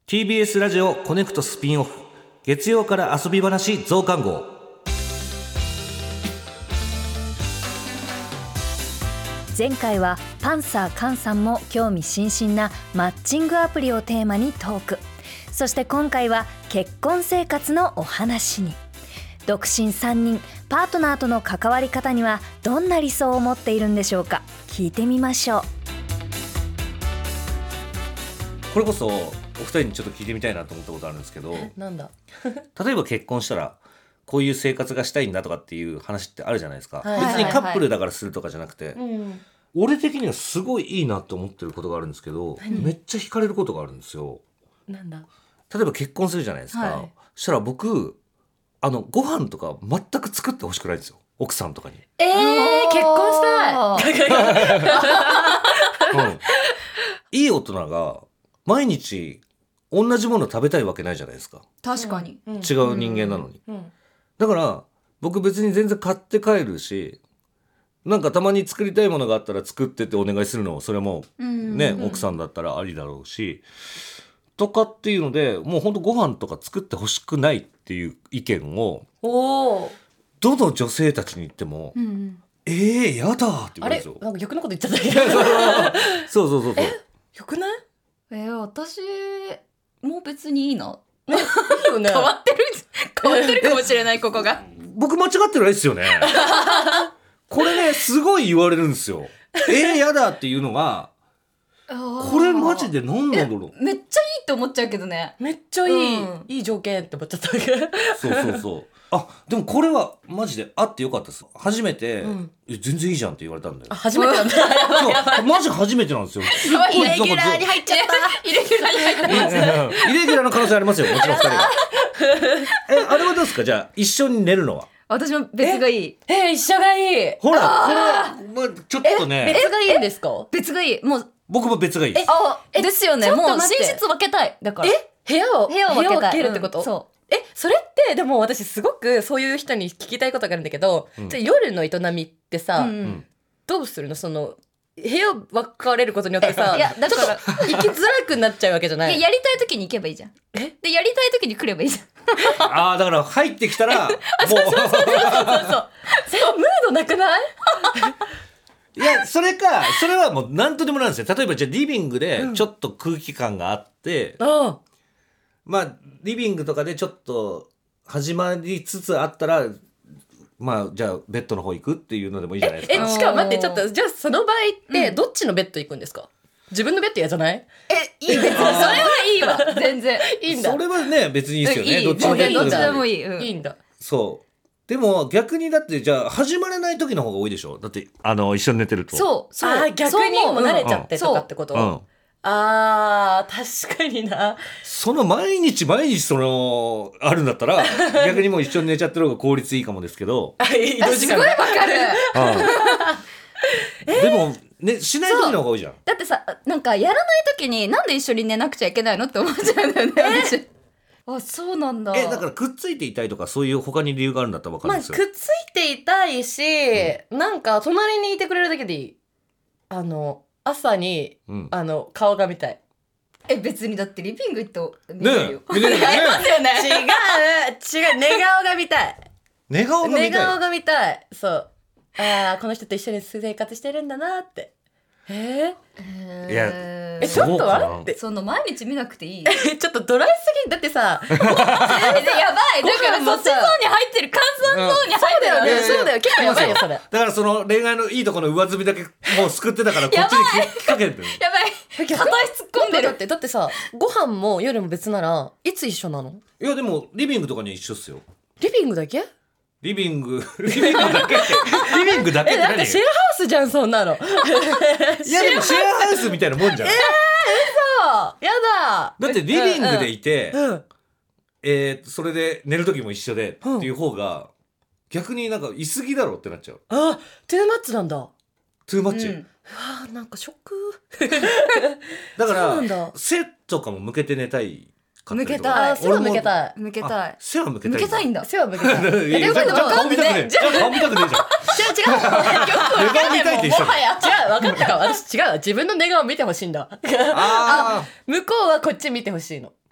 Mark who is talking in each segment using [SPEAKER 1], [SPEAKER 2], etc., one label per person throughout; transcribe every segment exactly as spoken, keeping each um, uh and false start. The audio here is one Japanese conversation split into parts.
[SPEAKER 1] ティービーエス ラジオコネクトスピンオフ、月曜から遊び話増刊号。
[SPEAKER 2] 前回はパンサー菅さんも興味津々なマッチングアプリをテーマにトーク。そして今回は結婚生活のお話に。独身さんにん、パートナーとの関わり方にはどんな理想を持っているんでしょうか。聞いてみましょう。
[SPEAKER 1] これこそお二人にちょっと聞いてみたいなと思ったことあるんですけど、
[SPEAKER 3] なんだ
[SPEAKER 1] 例えば結婚したらこういう生活がしたいんだとかっていう話ってあるじゃないですか、
[SPEAKER 3] はい
[SPEAKER 1] 別にカップルだからするとかじゃなくて、
[SPEAKER 3] うん、
[SPEAKER 1] 俺的にはすごいいいなと思ってることがあるんですけど、めっちゃ惹かれることがあるんですよ。
[SPEAKER 3] なんだ
[SPEAKER 1] 例えば結婚するじゃないですか、
[SPEAKER 3] はい、
[SPEAKER 1] そしたら僕あのご飯とか全く作ってほしくないんですよ、奥さんとかに。
[SPEAKER 3] えー、結婚したい
[SPEAKER 1] うん、いい大人が毎日同じもの食べたいわけないじゃないですか。
[SPEAKER 4] 確かに、
[SPEAKER 3] うん、
[SPEAKER 1] 違う人間なのに、
[SPEAKER 3] うん、
[SPEAKER 1] だから僕別に全然買って帰るし、なんかたまに作りたいものがあったら作ってってお願いするのもそれもね、
[SPEAKER 3] うん、
[SPEAKER 1] 奥さんだったらありだろうしとかっていうので、もうほんとご飯とか作ってほしくないっていう意見を
[SPEAKER 3] おー、
[SPEAKER 1] どの女性たちに言っても、
[SPEAKER 4] うんうん、
[SPEAKER 1] えーやだって言わ
[SPEAKER 3] あれ
[SPEAKER 1] れるんですよ。
[SPEAKER 3] なんか逆のこと言っちゃったけど
[SPEAKER 1] そうそうそうそう。
[SPEAKER 3] よくない？
[SPEAKER 4] えー、私もう別にいいな。
[SPEAKER 3] いいよね
[SPEAKER 4] 変わってる変わってるかもしれないここが。
[SPEAKER 1] 僕間違ってないですよね。これねすごい言われるんですよ。えーやだっていうのがこれマジで何なんだろう。
[SPEAKER 4] めっちゃいいと思っちゃうけどね。
[SPEAKER 3] めっちゃいい、
[SPEAKER 4] うん、
[SPEAKER 3] いい条件って思っちゃったけど
[SPEAKER 1] そうそうそう。あでもこれはマジであってよかったです。初めて、うん、え全然いいじゃんって言われたんだよ。
[SPEAKER 3] あ初めてなんだ。
[SPEAKER 1] そうマジ初めてなんですよ。すごい
[SPEAKER 4] イレギュラーに入っちゃったイレギュラーに入った
[SPEAKER 1] イレギュラーの可能性ありますよ、もちろんふたりは。えあれはどうですか。じゃあ一緒に寝るのは。
[SPEAKER 4] 私も別がいい。
[SPEAKER 3] ええ一緒がいい。
[SPEAKER 1] ほらこれは、まあ、ちょっとね
[SPEAKER 3] 別がいいんですか。
[SPEAKER 4] 別がいい。もう
[SPEAKER 1] 僕も別がいいです。
[SPEAKER 4] あですよね。もう寝
[SPEAKER 3] 寝
[SPEAKER 4] 室分けたい。だから
[SPEAKER 3] え部屋を
[SPEAKER 4] 部屋を分けたい。
[SPEAKER 3] けるってこと、
[SPEAKER 4] うん、そう
[SPEAKER 3] えそれってでも私すごくそういう人に聞きたいことがあるんだけど、うん、じゃあ夜の営みってさ、うんうん、どうするの。その部屋分かれることによってさ
[SPEAKER 4] いやだから
[SPEAKER 3] 行きづらくなっちゃうわけじゃない。
[SPEAKER 4] いややりたい時に行けばいいじゃん。えでやりたい時に来ればいいじゃん。
[SPEAKER 1] ああだから入ってきたらもう
[SPEAKER 3] そうそうそうそうそうそうムードなくない？
[SPEAKER 1] いやそれかそれはもう何とでもなんですよ。例えばじゃあリビングでちょっと空気感があって、うん、まあリビングとかでちょっと始まりつつあったらまあじゃあベッドの方行くっていうのでもいいじゃないですか。
[SPEAKER 3] ええしかも待ってちょっとじゃあその場合ってどっちのベッド行くんですか？うん、自分のベッド嫌じゃない？
[SPEAKER 4] えいい別にそれはいいわ全然いいんだ。
[SPEAKER 1] それはね別にいいですよね。
[SPEAKER 4] いい
[SPEAKER 1] どっちのベッド
[SPEAKER 4] どっちでもいい、うん、
[SPEAKER 3] いいんだ。
[SPEAKER 1] そうでも逆にだってじゃあ始まらない時の方が多いでしょ。だってあの一緒に寝てると。
[SPEAKER 4] そうそう
[SPEAKER 3] あ逆にもう慣れちゃってとかってこと、
[SPEAKER 1] うんうん、
[SPEAKER 3] あー確かにな。
[SPEAKER 1] その毎日毎日そのあるんだったら逆にもう一緒に寝ちゃってる方が効率いいかもですけど
[SPEAKER 3] 移動時間
[SPEAKER 4] すごいわかる、
[SPEAKER 1] うん、でも、ね、しない時の方が多いじゃん。
[SPEAKER 4] だってさなんかやらない時になんで一緒に寝なくちゃいけないのって思っちゃうんだよね私。あそうなんだ。
[SPEAKER 1] えだからくっついていたいとかそういう他に理由があるんだったら分かるんですよ。
[SPEAKER 3] まあ、くっついていたいし、うん、なんか隣にいてくれるだけでいい。あの朝に、うん、あの顔が見たい。
[SPEAKER 4] え別にだってリビング行って見れるよ。
[SPEAKER 1] 見れるよね。
[SPEAKER 4] よね
[SPEAKER 3] 違う違う寝顔が見たい。
[SPEAKER 1] 寝顔が見たい。
[SPEAKER 3] 寝顔が見たい。そうあこの人と一緒に生活してるんだなって。えー、
[SPEAKER 1] いや
[SPEAKER 3] えちょっと待って
[SPEAKER 4] その毎日見なくていい
[SPEAKER 3] ちょっとドライすぎだってさやばい
[SPEAKER 4] だからそっちゾーンに入ってる換算ゾーンに入ってるよね、
[SPEAKER 3] うん、そうだよ結構やばいよそれ。
[SPEAKER 1] だからその恋愛のいいところの上積みだけもう救ってたからこっちに聞きかけてる。
[SPEAKER 4] やばい片足突っ込んでる。
[SPEAKER 3] だってだってさご飯も夜も別ならいつ一緒なの？い
[SPEAKER 1] やでもリビングとかに一緒っすよ。
[SPEAKER 3] リビングだけ？リ
[SPEAKER 1] ビングリビングだけってリビングだけって何？
[SPEAKER 3] えだってシェアハウスじゃんそんなの。
[SPEAKER 1] いやでもシェアハウスみたいなもんじゃん。えー、
[SPEAKER 3] 嘘やだ。
[SPEAKER 1] だってリビングでいて、
[SPEAKER 3] うんうん、え
[SPEAKER 1] ー、それで寝る時も一緒で、うん、っていう方が逆になんか居すぎだろってなっちゃう。
[SPEAKER 3] あトゥーマッチなんだ。
[SPEAKER 1] トゥーマッチ、うん、
[SPEAKER 3] うわなんかショック
[SPEAKER 1] だから背とかも向けて寝たい。
[SPEAKER 4] 向けたい。
[SPEAKER 3] 背は向けたい。
[SPEAKER 4] 向けたい。
[SPEAKER 1] 背は向けたい。
[SPEAKER 4] 向けたいんだ。
[SPEAKER 3] 背は向けたい。
[SPEAKER 1] え、でも顔見たくねえ。じゃあ顔見たくねえじゃん。
[SPEAKER 3] 違う違う。
[SPEAKER 1] 顔見たいって言ったの。
[SPEAKER 3] 違う分かったか。私違う。自分の寝顔見てほしいんだ。あ向こうはこっち見てほしいの。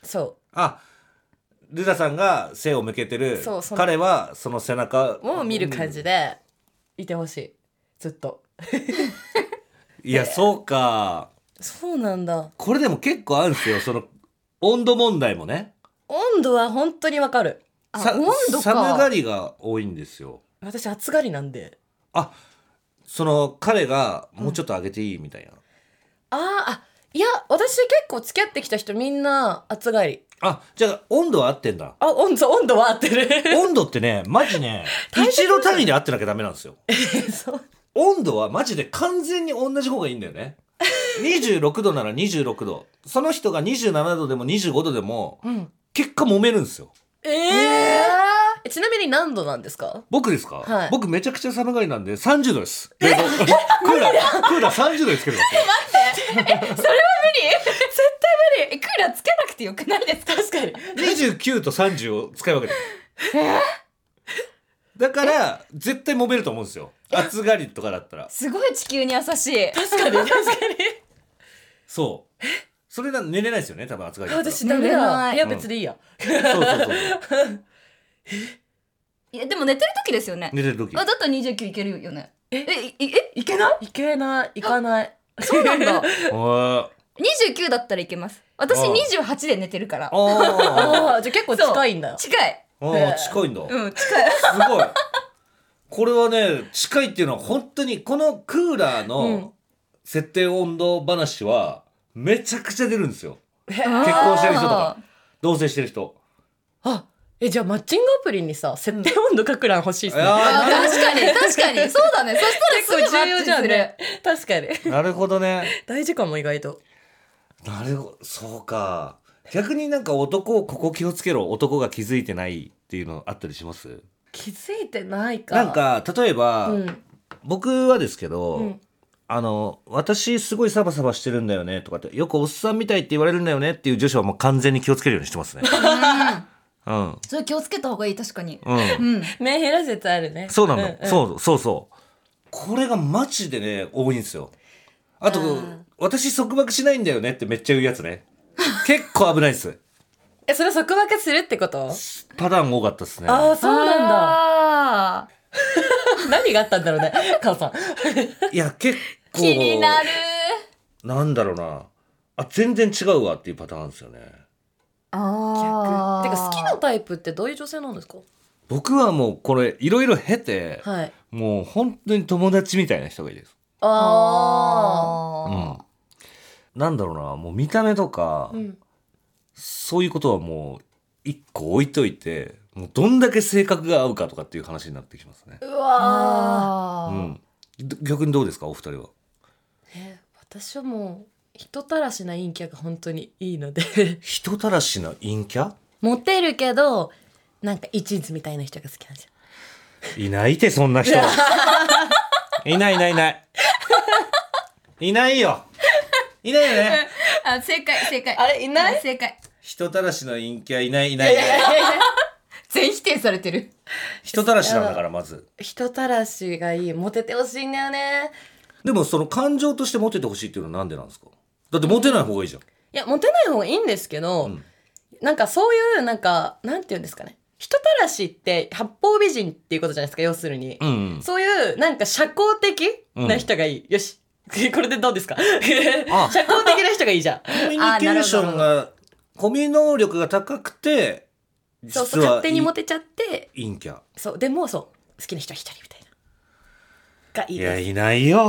[SPEAKER 3] そ
[SPEAKER 1] あ、ルナさんが背を向けてる、
[SPEAKER 3] そうその
[SPEAKER 1] 彼はその背中
[SPEAKER 3] うを見る感じでいてほしい、ずっと。
[SPEAKER 1] いや、そうか。
[SPEAKER 3] そうなんだ。
[SPEAKER 1] これでも結構あるんですよ、その温度問題もね。
[SPEAKER 3] 温度は本当にわかる。
[SPEAKER 1] さ
[SPEAKER 4] あ温度か
[SPEAKER 1] 寒がりが多いんですよ。
[SPEAKER 3] 私暑がりなんで。
[SPEAKER 1] あ、その彼がもうちょっと上げていいみたいな、うん、
[SPEAKER 3] あーあ、いや私結構付き合ってきた人みんな暑がり。
[SPEAKER 1] あ、じゃあ温度は合ってんだ。
[SPEAKER 3] あ、温度温度は合ってる。
[SPEAKER 1] 温度ってね、マジね一度単位で合ってなきゃダメなんですよ。
[SPEAKER 3] そう。
[SPEAKER 1] 温度はマジで完全に同じ方がいいんだよね。にじゅうろくどならにじゅうろくど、その人がにじゅうななどでもにじゅうごどでも、うん、結果揉めるんですよ。
[SPEAKER 3] えー、えちなみに何度なんですか？
[SPEAKER 1] 僕ですか、はい、僕めちゃくちゃ寒がりなんでさんじゅうどです。クーラークーラーさんじゅうどですけど。待
[SPEAKER 4] ってえそれは無理絶対無理。クーラーつけなくてよくないですか？
[SPEAKER 3] 確かに
[SPEAKER 1] にじゅうきゅうとさんじゅうを使い分けてる。だから絶対揉めると思うんですよ、暑がりとかだったら。
[SPEAKER 4] すごい地球に優しい。
[SPEAKER 3] 確かに確かに。そう
[SPEAKER 1] それな寝れないですよね、多分暑がりだったら。
[SPEAKER 3] 私ダメだ。いや別でいいや、うん、そうそうそう
[SPEAKER 4] いやでも寝てる時ですよね。
[SPEAKER 1] 寝てる時。
[SPEAKER 4] あ、だったらにじゅうきゅういけるよね。
[SPEAKER 3] えええいけないいけないいかない。
[SPEAKER 4] そうなんだ。にじゅうきゅうだったらいけます。私にじゅうはちで寝てるから。
[SPEAKER 3] ああ、じゃあ結構近いんだ。
[SPEAKER 4] 近い。
[SPEAKER 1] ああ、近いんだ。
[SPEAKER 4] うん、近い。
[SPEAKER 1] すごい。これはね、近いっていうのは本当にこのクーラーの設定温度話はめちゃくちゃ出るんですよ。結婚してる人とか同棲してる人。
[SPEAKER 3] あ、え、じゃあマッチングアプリにさ設定温度書く欄欲しいっすね。
[SPEAKER 4] あ、確かに確かにそうだね。そしたらすぐ重要じゃんね。
[SPEAKER 3] 確かに。
[SPEAKER 1] なるほどね。
[SPEAKER 3] 大事かも意外と。
[SPEAKER 1] なるほど、そうか。逆になんか男をここ気をつけろ、男が気づいてないっていうのあったりします？
[SPEAKER 3] 気づいてないか。
[SPEAKER 1] なんか例えば、うん、僕はですけど、うん、あの私すごいサバサバしてるんだよねとかってよくおっさんみたいって言われるんだよねっていう女子はもう完全に気をつけるようにしてますね。うん、
[SPEAKER 4] それ気をつけた方がいい。確かに、
[SPEAKER 1] うんうん、
[SPEAKER 3] メンヘラ説あるね。
[SPEAKER 1] そうなの、うんうん、そうそうそうこれがマジでね多いんですよ。あと私束縛しないんだよねってめっちゃ言うやつね。結構危ないです。
[SPEAKER 3] え、それ束縛するってこと？
[SPEAKER 1] パターン多かったですね。
[SPEAKER 3] ああ、そうなんだ。何があったんだろうね、カオさん。
[SPEAKER 1] いや結構
[SPEAKER 4] 気になる。
[SPEAKER 1] なんだろうなあ、全然違うわっていうパターンですよね。
[SPEAKER 3] ああ。てか好きなタイプってどういう女性なんですか？
[SPEAKER 1] 僕はもうこれいろいろ経て、はい、もう本当に友達みたいな人がいいです。ああ。うん。なんだろうな、もう見た目とか、うん、そういうことはもう一個置いといて、もうどんだけ性格が合うかとかっていう話になってきますね。
[SPEAKER 3] うわー、
[SPEAKER 1] うん、逆にどうですかお二人は？
[SPEAKER 3] えー、私はもう人たらしな陰キャが本当にいいので。
[SPEAKER 1] 人たらしな陰キャ？
[SPEAKER 3] モテるけどなんか一途みたいな人が好きなんですよ。
[SPEAKER 1] いないってそんな人。いないいないいない。いないよ。いないよね。
[SPEAKER 4] あ、正解正解。
[SPEAKER 3] あれいない？
[SPEAKER 4] 正解。
[SPEAKER 1] 人たらしの陰キャいないいないいない。
[SPEAKER 4] 全否定されてる。
[SPEAKER 1] 人たらしなんだからまず。
[SPEAKER 3] 人たらしがいい。モテてほしいんだよね。
[SPEAKER 1] でもその感情としてモテてほしいっていうのはなんでなんですか？だってモテない方がいいじゃん。い
[SPEAKER 3] やモテない方がいいんですけど、うん、なんかそういうなんかなんていうんですかね。人たらしって八方美人っていうことじゃないですか、要するに、うんうん、そういうなんか社交的な人がいい、うん、よしこれでどうですか？社交的な人がいいじゃん。コ
[SPEAKER 1] ミュニケーションがコミュ能力が高くて
[SPEAKER 3] そうそう勝手にモテちゃって
[SPEAKER 1] 陰キャ。
[SPEAKER 3] そうでもそう好きな人は一人みたいながいいです。
[SPEAKER 1] いやいないよ。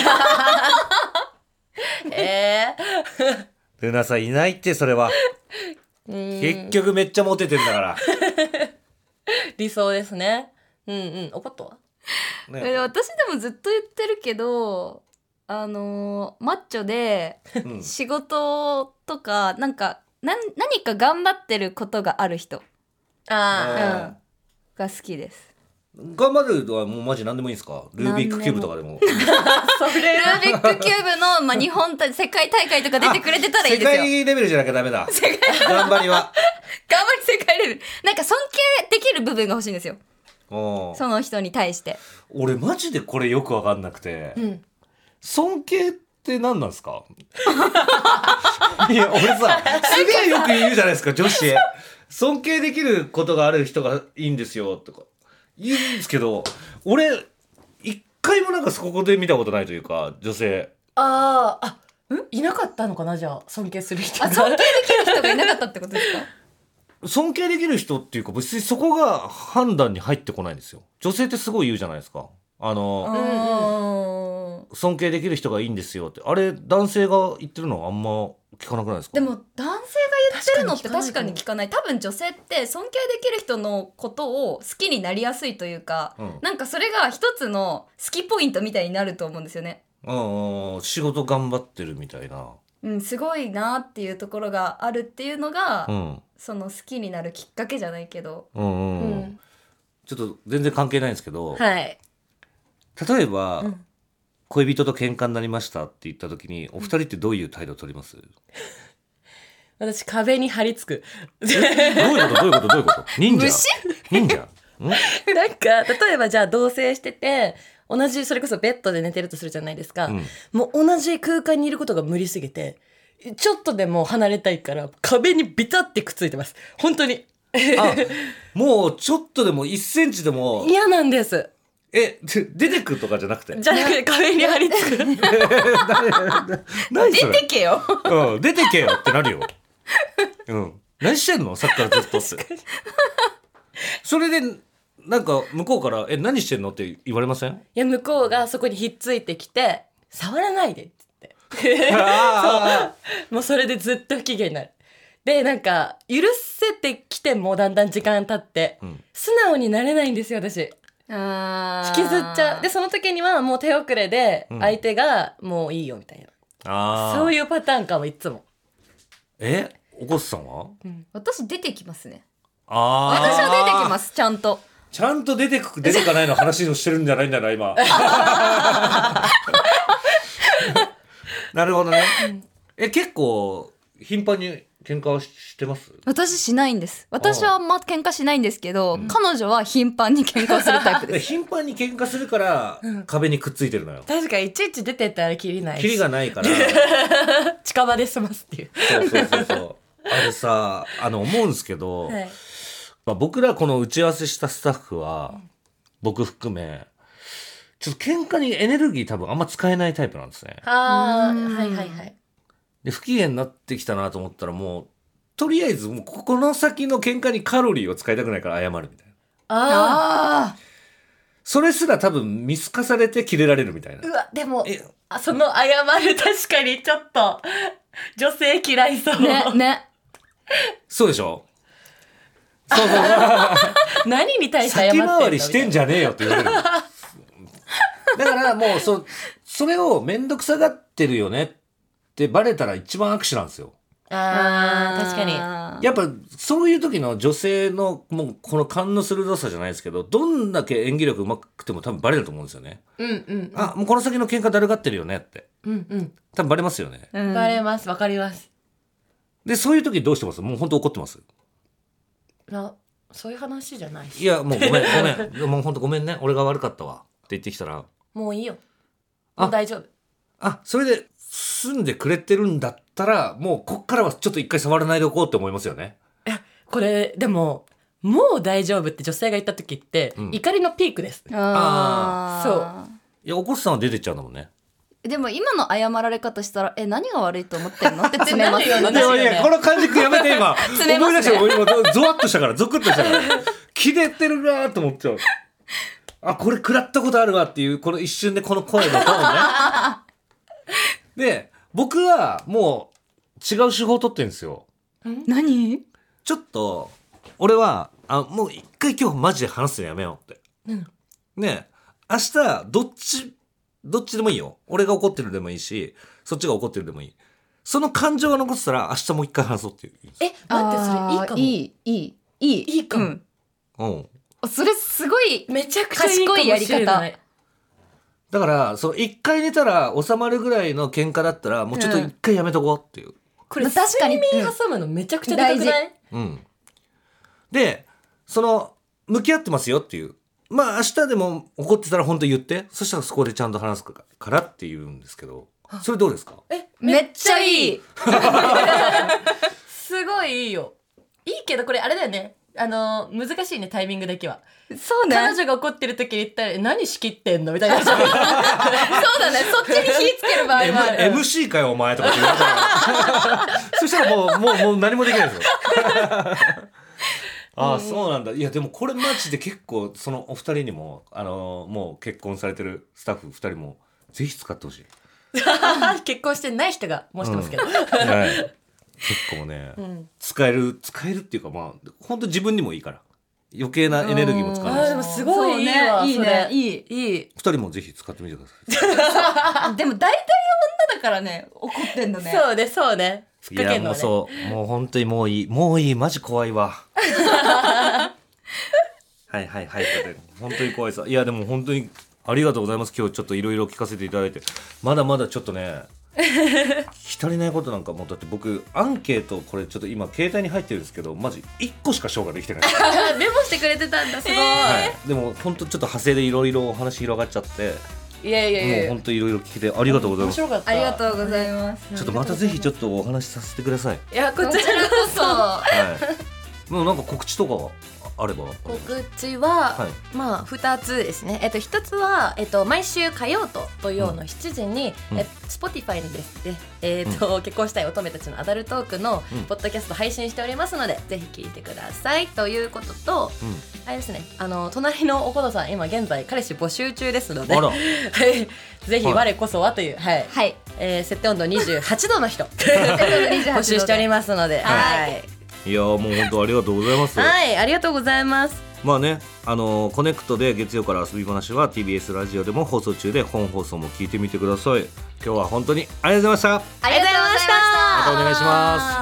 [SPEAKER 3] えー、
[SPEAKER 1] ルナさんいないってそれは。結局めっちゃモテてんだから。
[SPEAKER 3] 理想ですね。うんうん。おことは、
[SPEAKER 4] ね、私でもずっと言ってるけどあのー、マッチョで仕事とか、うん、なんかな何か頑張ってることがある人あ、うん、が好きです。
[SPEAKER 1] 頑張るのはもうマジ何でもいいんですか？ルービックキューブとかでも。
[SPEAKER 4] それルービックキューブの、まあ、日本世界大会とか出てくれてたらいいですよ。
[SPEAKER 1] 世界レベルじゃなきゃダメだ。世界頑張りは
[SPEAKER 4] 頑張り世界レベル。なんか尊敬できる部分が欲しいんですよ、その人に対して。
[SPEAKER 1] 俺マジでこれよく分かんなくて、うん、尊敬っって何なんですか？いや俺さすげえよく言うじゃないですか女子。尊敬できることがある人がいいんですよとか言うんですけど、俺一回もなんかそこで見たことないというか女性。
[SPEAKER 3] ああ、あ、んいなかったのかな、じゃあ尊敬する人が。
[SPEAKER 4] あ、尊敬できる人がいなかったってことですか？
[SPEAKER 1] 尊敬できる人っていうか別にそこが判断に入ってこないんですよ。女性ってすごい言うじゃないですか。あの、うん、尊敬できる人がいいんですよって、あれ男性が言ってるのはあんま聞かなくないですか？
[SPEAKER 4] でも男性が言ってるのって確かに聞かない。多分女性って尊敬できる人のことを好きになりやすいというか、うん、なんかそれが一つの好きポイントみたいになると思うんですよね。
[SPEAKER 1] うん、仕事頑張ってるみたいな、
[SPEAKER 4] うん、すごいなっていうところがあるっていうのが、
[SPEAKER 1] うん、
[SPEAKER 4] その好きになるきっかけじゃないけど、
[SPEAKER 1] うんうんうん、ちょっと全然関係ないんですけど、
[SPEAKER 3] はい、
[SPEAKER 1] 例えば、うん、恋人と喧嘩になりましたって言った時にお二人ってどういう態度を取ります？
[SPEAKER 3] 私壁に張り付く。
[SPEAKER 1] どういうことどういうことどういうこと忍者忍者ん
[SPEAKER 3] なんか例えばじゃあ同棲してて同じそれこそベッドで寝てるとするじゃないですか、うん、もう同じ空間にいることが無理すぎてちょっとでも離れたいから壁にビタってくっついてます本当に。
[SPEAKER 1] あ、もうちょっとでもいっセンチでも
[SPEAKER 3] 嫌なんです。
[SPEAKER 1] え、出てくとかじゃなくて、
[SPEAKER 3] じゃなくて壁に張り付く。
[SPEAKER 1] 出
[SPEAKER 3] てけよ、
[SPEAKER 1] うん、出てけよってなるよ。うん、何してんのさっきからずっとって。それでなんか向こうからえ何してんのって言われません？
[SPEAKER 3] いや向こうがそこにひっついてきて触らないでって言ってそうもうそれでずっと不機嫌になる。でなんか許せてきてもだんだん時間経って、うん、素直になれないんですよ私。
[SPEAKER 4] あ
[SPEAKER 3] 引きずっちゃう。でその時にはもう手遅れで相手がもういいよみたいな、うん、あそういうパターンかもいつも。
[SPEAKER 1] えおこすさんは？
[SPEAKER 4] うん、私出てきますね。
[SPEAKER 1] あ
[SPEAKER 4] 私は出てきますちゃんと。
[SPEAKER 1] ちゃんと出てく出てかないの話をしてるんじゃないんだな今。なるほどね。え結構頻繁に喧嘩はしてます？
[SPEAKER 4] 私しないんです。私はあんま喧嘩しないんですけど、うん、彼女は頻繁に喧嘩するタイプです。
[SPEAKER 1] 頻繁に喧嘩するから壁にくっついてるのよ。
[SPEAKER 3] 確かにいちいち出てったらキリないし。
[SPEAKER 1] キリがないから
[SPEAKER 3] 近場で済ますっていう。
[SPEAKER 1] そうそうそうそう。あれさあの思うんですけど、はい、まあ、僕らこの打ち合わせしたスタッフは、うん、僕含めちょっと喧嘩にエネルギー多分あんま使えないタイプなんですね。
[SPEAKER 3] あーはいはいはい。
[SPEAKER 1] で不機嫌になってきたなと思ったらもうとりあえずもうこの先の喧嘩にカロリーを使いたくないから謝るみたいな。
[SPEAKER 3] ああ
[SPEAKER 1] それすら多分見透かされてキレられるみたいな。
[SPEAKER 3] うわでもあその謝る確かにちょっと女性嫌いそう
[SPEAKER 4] ねね。
[SPEAKER 1] そうでしょ。そうそう
[SPEAKER 3] 何に対して謝ってんの
[SPEAKER 1] 先回りしてんじゃねえよって言われる。だからもう そ, それを面倒くさがってるよねってバレたら一番握手なんですよ。
[SPEAKER 3] あー確かに
[SPEAKER 1] やっぱそういう時の女性のもうこの勘の鋭さじゃないですけどどんだけ演技力うまくても多分バレると思うんですよね。
[SPEAKER 3] うんうん、うん、
[SPEAKER 1] あもうこの先の喧嘩だるがってるよねって、
[SPEAKER 3] うんうん、
[SPEAKER 1] 多分バレますよね、
[SPEAKER 3] うん、バレますわかります。
[SPEAKER 1] でそういう時どうしてます？もう本当怒ってます？
[SPEAKER 3] あそういう話じゃないし。
[SPEAKER 1] いやもうごめんごめんもう本当ごめんね俺が悪かったわって言ってきたら
[SPEAKER 3] もういいよもう大丈夫。
[SPEAKER 1] あそれで住んでくれてるんだったらもうこっからはちょっと一回触らないでおこうって思いますよね。
[SPEAKER 3] えこれでももう大丈夫って女性が言った時って、うん、怒りのピークです。
[SPEAKER 4] ああ
[SPEAKER 3] そう
[SPEAKER 1] いやおこすさんは出てっちゃうんだもんね。
[SPEAKER 4] でも今の謝られ方したらえ何が悪いと思ってんのって詰めますよね。
[SPEAKER 1] いやいやこの感じやめて今
[SPEAKER 4] 詰めますね。
[SPEAKER 1] 思い出した今ゾワッとしたからゾクッとしたからキレてるなと思っちゃう。あこれ食らったことあるわっていうこの一瞬でこの声のトーンね。で僕はもう違う手法を取ってるんですよ。
[SPEAKER 4] 何？
[SPEAKER 1] ちょっと俺はあもう一回今日マジで話すのやめようって、うん、ね明日どっちどっちでもいいよ。俺が怒ってるでもいいしそっちが怒ってるでもいい。その感情が残ってたら明日もう一回話そうっていう。
[SPEAKER 3] え待ってそれいいかも。
[SPEAKER 4] いいいいいい
[SPEAKER 3] いいかも、うん
[SPEAKER 1] うん、
[SPEAKER 4] それすごい
[SPEAKER 3] めちゃくちゃいいかもしれない。賢いやり方
[SPEAKER 1] だからその一回寝たら収まるぐらいの喧嘩だったらもうちょっと一回やめとこうっていう、うん、
[SPEAKER 3] これ確かに睡眠挟むのめちゃくちゃ大事、
[SPEAKER 1] うん、でその向き合ってますよっていうまあ明日でも怒ってたら本当言ってそしたらそこでちゃんと話すからって言うんですけどそれどうですか？
[SPEAKER 3] え
[SPEAKER 4] めっちゃいい
[SPEAKER 3] すごいいいよ。いいけどこれあれだよね、あの難しいね、タイミングだけは。
[SPEAKER 4] そうね。
[SPEAKER 3] 彼女が怒ってる時に言ったら何仕切ってんのみたいなそうだね、そっちに火つける場合もある。
[SPEAKER 1] エムシー かよお前とかって言われたらそしたらもうもうもう何もできないですよああそうなんだ。いやでもこれマジで結構そのお二人にもあのー、もう結婚されてるスタッフふたりもぜひ使ってほしい
[SPEAKER 3] 結婚してない人が申してますけど、うん
[SPEAKER 1] はい、結構ね、うん、使える使えるっていうかまあ本当自分にもいいから余計なエネルギーも使わないし。
[SPEAKER 3] でもすごいいいわ、
[SPEAKER 4] いいね、いい
[SPEAKER 3] いい。
[SPEAKER 1] ふたりもぜひ使ってみてくだ
[SPEAKER 4] さいでも大体女だからね怒ってんのね。
[SPEAKER 3] そうねそうね、ふっかけんのね。
[SPEAKER 1] いやもうそうもう本当にもういいもういいマジ怖いわはいはいはい本当に怖いさ。いやでも本当にありがとうございます。今日ちょっといろいろ聞かせていただいて、まだまだちょっとね聞き足りないことなんかもうだって僕アンケートこれちょっと今携帯に入ってるんですけどマジいっこしか消化できてない
[SPEAKER 3] メモしてくれてたんだ、すごい、
[SPEAKER 1] はい、でも本当ちょっと派生でいろいろお話広がっちゃって
[SPEAKER 3] いやいやいや
[SPEAKER 1] もう本当いろいろ聞けてありがとうございます。
[SPEAKER 3] 面白かった。
[SPEAKER 4] ありがとうございます。
[SPEAKER 1] ちょっとまたぜひちょっとお話しさせてください。
[SPEAKER 3] いやこちらこそ
[SPEAKER 1] はいもうなんか告知とかはあれば。
[SPEAKER 3] 告知は、はい、まあふたつですね。えっとひとつはえっと毎週火曜と土曜のしちじに、うん、え Spotify にですね、えっと、うん、結婚したい乙女たちのアダルトークのポッドキャスト配信しておりますので、うん、ぜひ聞いてくださいということと、うん、あれですね、あの隣のおことさん今現在彼氏募集中ですのでぜひ我こそはという、はい、はい、えー、設定温度にじゅうはちどの人募集しておりますので、はい、はい、
[SPEAKER 1] いやもう本当ありがとうございます。
[SPEAKER 3] はい、ありがとうございます。
[SPEAKER 1] まあね、あのー、コネクトで月曜から遊び話は ティービーエス ラジオでも放送中で本放送も聞いてみてください。今日は本当にありがとうございました。
[SPEAKER 3] ありがとうございました。
[SPEAKER 1] またお願いします。